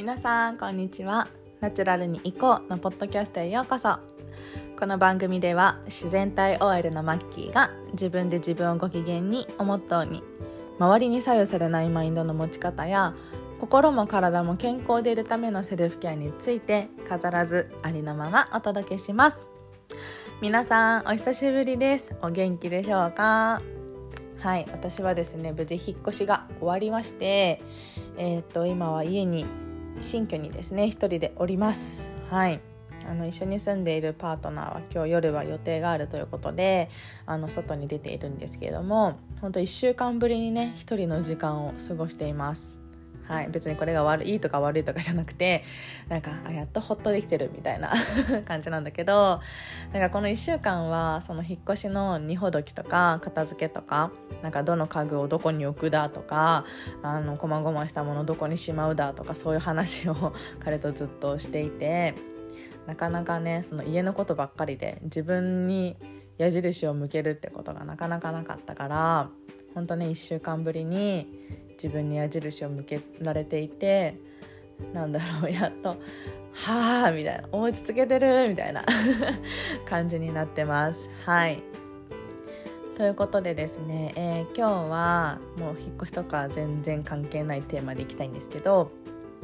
皆さんこんにちは。ナチュラルに行こうのポッドキャストへようこそ。この番組では自然体 OL のマッキーが自分で自分をご機嫌にをモットーに、周りに左右されないマインドの持ち方や心も体も健康でいるためのセルフケアについて飾らずありのままお届けします。皆さんお久しぶりです。お元気でしょうか？はい、私はですね無事引っ越しが終わりまして、今は家に新居にですね一人でおります。はい、一緒に住んでいるパートナーは今日夜は予定があるということで外に出ているんですけれども、本当1週間ぶりにね一人の時間を過ごしています。はい、別にこれがいいとか悪いとかじゃなくて、なんかやっとほっとできてるみたいな感じなんだけど、なんかこの1週間はその引っ越しの荷ほどきとか片付けとか、なんかどの家具をどこに置くだとか、こまごましたものどこにしまうだとか、そういう話を彼とずっとしていて、なかなかねその家のことばっかりで自分に矢印を向けるってことがなかなかなかったから、本当ね1週間ぶりに自分に矢印を向けられていて、なんだろう、やっとはぁみたいな、落ち着けてるみたいな感じになってます。はい、ということでですね、今日はもう引っ越しとか全然関係ないテーマでいきたいんですけど、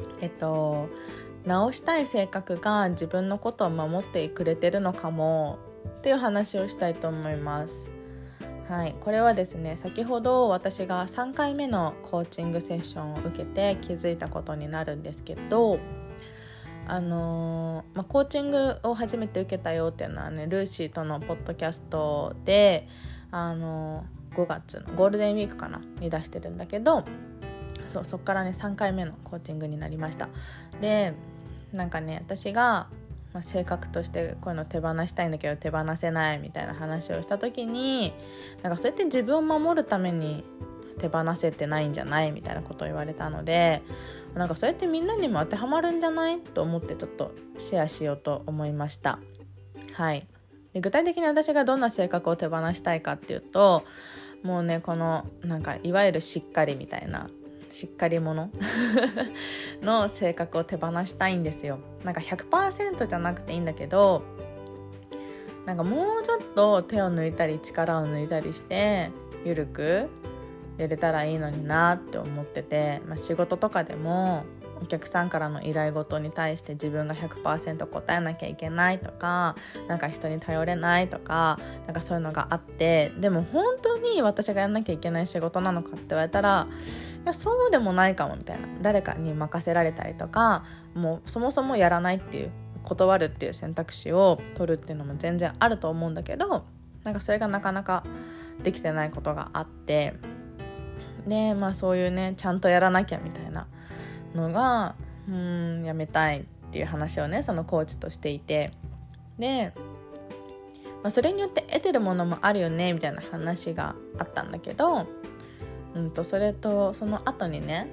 直したい性格が自分のことを守ってくれてるのかもっていう話をしたいと思います。はい、これはですね先ほど私が3回目のコーチングセッションを受けて気づいたことになるんですけど、コーチングを初めて受けたよっていうのはね、ルーシーとのポッドキャストで5月のゴールデンウィークかなに出してるんだけど、そっからね3回目のコーチングになりました。でなんかね、私が性格としてこういうの手放したいんだけど手放せないみたいな話をした時に、なんかそうやって自分を守るために手放せてないんじゃないみたいなことを言われたので、なんかそうやってみんなにも当てはまるんじゃないと思ってちょっとシェアしようと思いました。はい、で具体的に私がどんな性格を手放したいかっていうと、もうねこのなんかいわゆるしっかりみたいなしっかり者の性格を手放したいんですよ。なんか 100% じゃなくていいんだけど、なんかもうちょっと手を抜いたり力を抜いたりしてゆるくやれたらいいのになって思ってて、仕事とかでもお客さんからの依頼事に対して自分が 100% 答えなきゃいけないとか、なんか人に頼れないとか、なんかそういうのがあって、でも本当に私がやんなきゃいけない仕事なのかって言われたら、いやそうでもないかもみたいな、誰かに任せられたりとか、もうそもそもやらないっていう、断るっていう選択肢を取るっていうのも全然あると思うんだけど、なんかそれがなかなかできてないことがあって、でそういうねちゃんとやらなきゃみたいなのがやめたいっていう話をねそのコーチとしていて、で、それによって得てるものもあるよねみたいな話があったんだけど、それとその後にね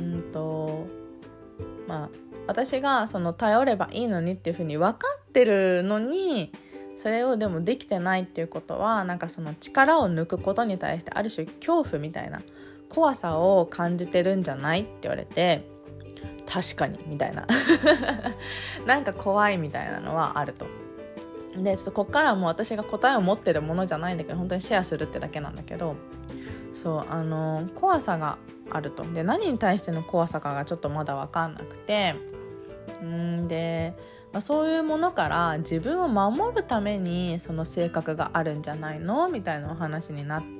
私がその頼ればいいのにっていう風に分かってるのに、それをでもできてないっていうことは、なんかその力を抜くことに対してある種恐怖みたいな怖さを感じてるんじゃないって言われて、確かにみたいななんか怖いみたいなのはあると。でちょっとこっからはもう私が答えを持ってるものじゃないんだけど、本当にシェアするってだけなんだけど、そう怖さがあると。で何に対しての怖さかがちょっとまだ分かんなくて、で、そういうものから自分を守るためにその性格があるんじゃないのみたいなお話になって、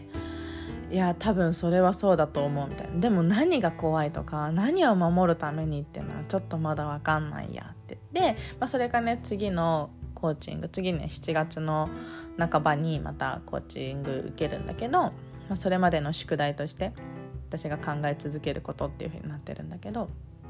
いや多分それはそうだと思うみたいな。でも何が怖いとか何を守るためにっていうのはちょっとまだ分かんないやってで、それがね次のコーチング、次ね7月の半ばにまたコーチング受けるんだけど、それまでの宿題として私が考え続けることっていう風になってるんだけど、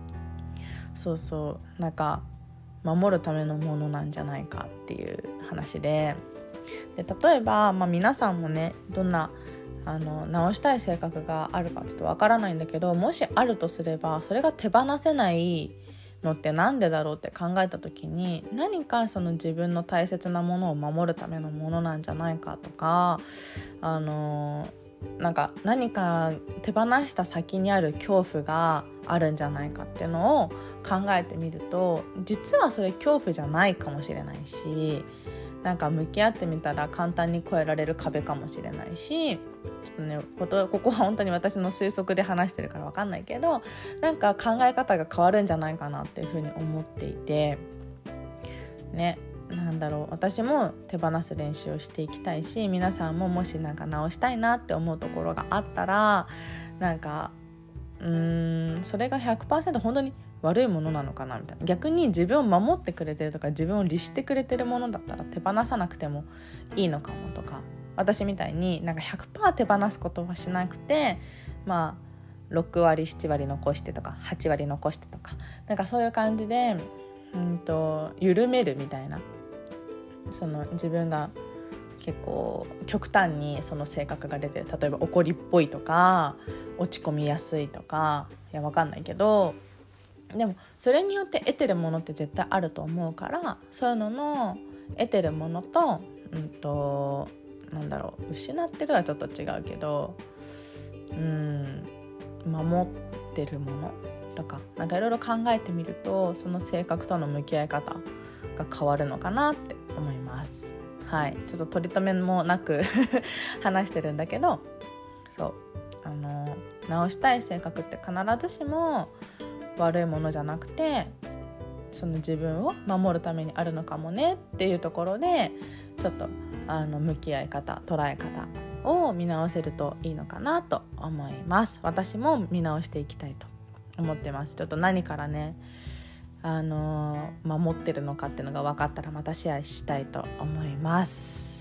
なんか守るためのものなんじゃないかっていう話で、例えば、皆さんもねどんな直したい性格があるかちょっとわからないんだけど、もしあるとすればそれが手放せないのってなんでだろうって考えた時に、何かその自分の大切なものを守るためのものなんじゃないかとか、なんか何か手放した先にある恐怖があるんじゃないかっていうのを考えてみると、実はそれ恐怖じゃないかもしれないし、なんか向き合ってみたら簡単に越えられる壁かもしれないし、ちょっとねここは本当に私の推測で話してるから分かんないけど、なんか考え方が変わるんじゃないかなっていうふうに思っていてね、なんだろう、私も手放す練習をしていきたいし、皆さんももしなんか直したいなって思うところがあったら、なんかそれが 100% 本当に悪いものなのかなみたいな、逆に自分を守ってくれてるとか自分を律してくれてるものだったら手放さなくてもいいのかもとか、私みたいになんか 100% 手放すことはしなくて、まあ6割7割残してとか8割残してとか、なんかそういう感じで緩めるみたいな、その自分が結構極端にその性格が出て、例えば怒りっぽいとか落ち込みやすいとか、いや分かんないけど、でもそれによって得てるものって絶対あると思うから、そういうのの得てるものとなんだろう、失ってるはちょっと違うけど守ってるものとか、なんかいろいろ考えてみると、その性格との向き合い方が変わるのかなって思います。はい、ちょっと取り留めもなく話してるんだけど、そう直したい性格って必ずしも悪いものじゃなくて、その自分を守るためにあるのかもねっていうところで、ちょっと向き合い方、捉え方を見直せるといいのかなと思います。私も見直していきたいと思ってます。ちょっと何からね守ってるのかっていうのが分かったらまたシェアしたいと思います。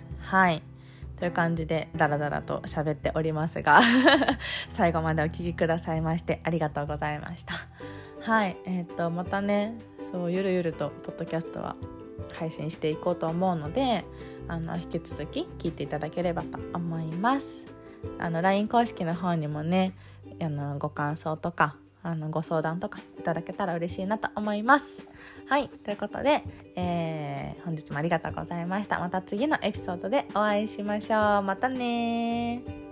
はい、という感じでダラダラと喋っておりますが最後までお聞きくださいましてありがとうございました。はい、またね、そうゆるゆるとポッドキャストは配信していこうと思うので、引き続き聞いていただければと思います。LINE 公式の方にもね、ご感想とかご相談とかいただけたら嬉しいなと思います。はい、ということで、本日もありがとうございました。また次のエピソードでお会いしましょう。またね。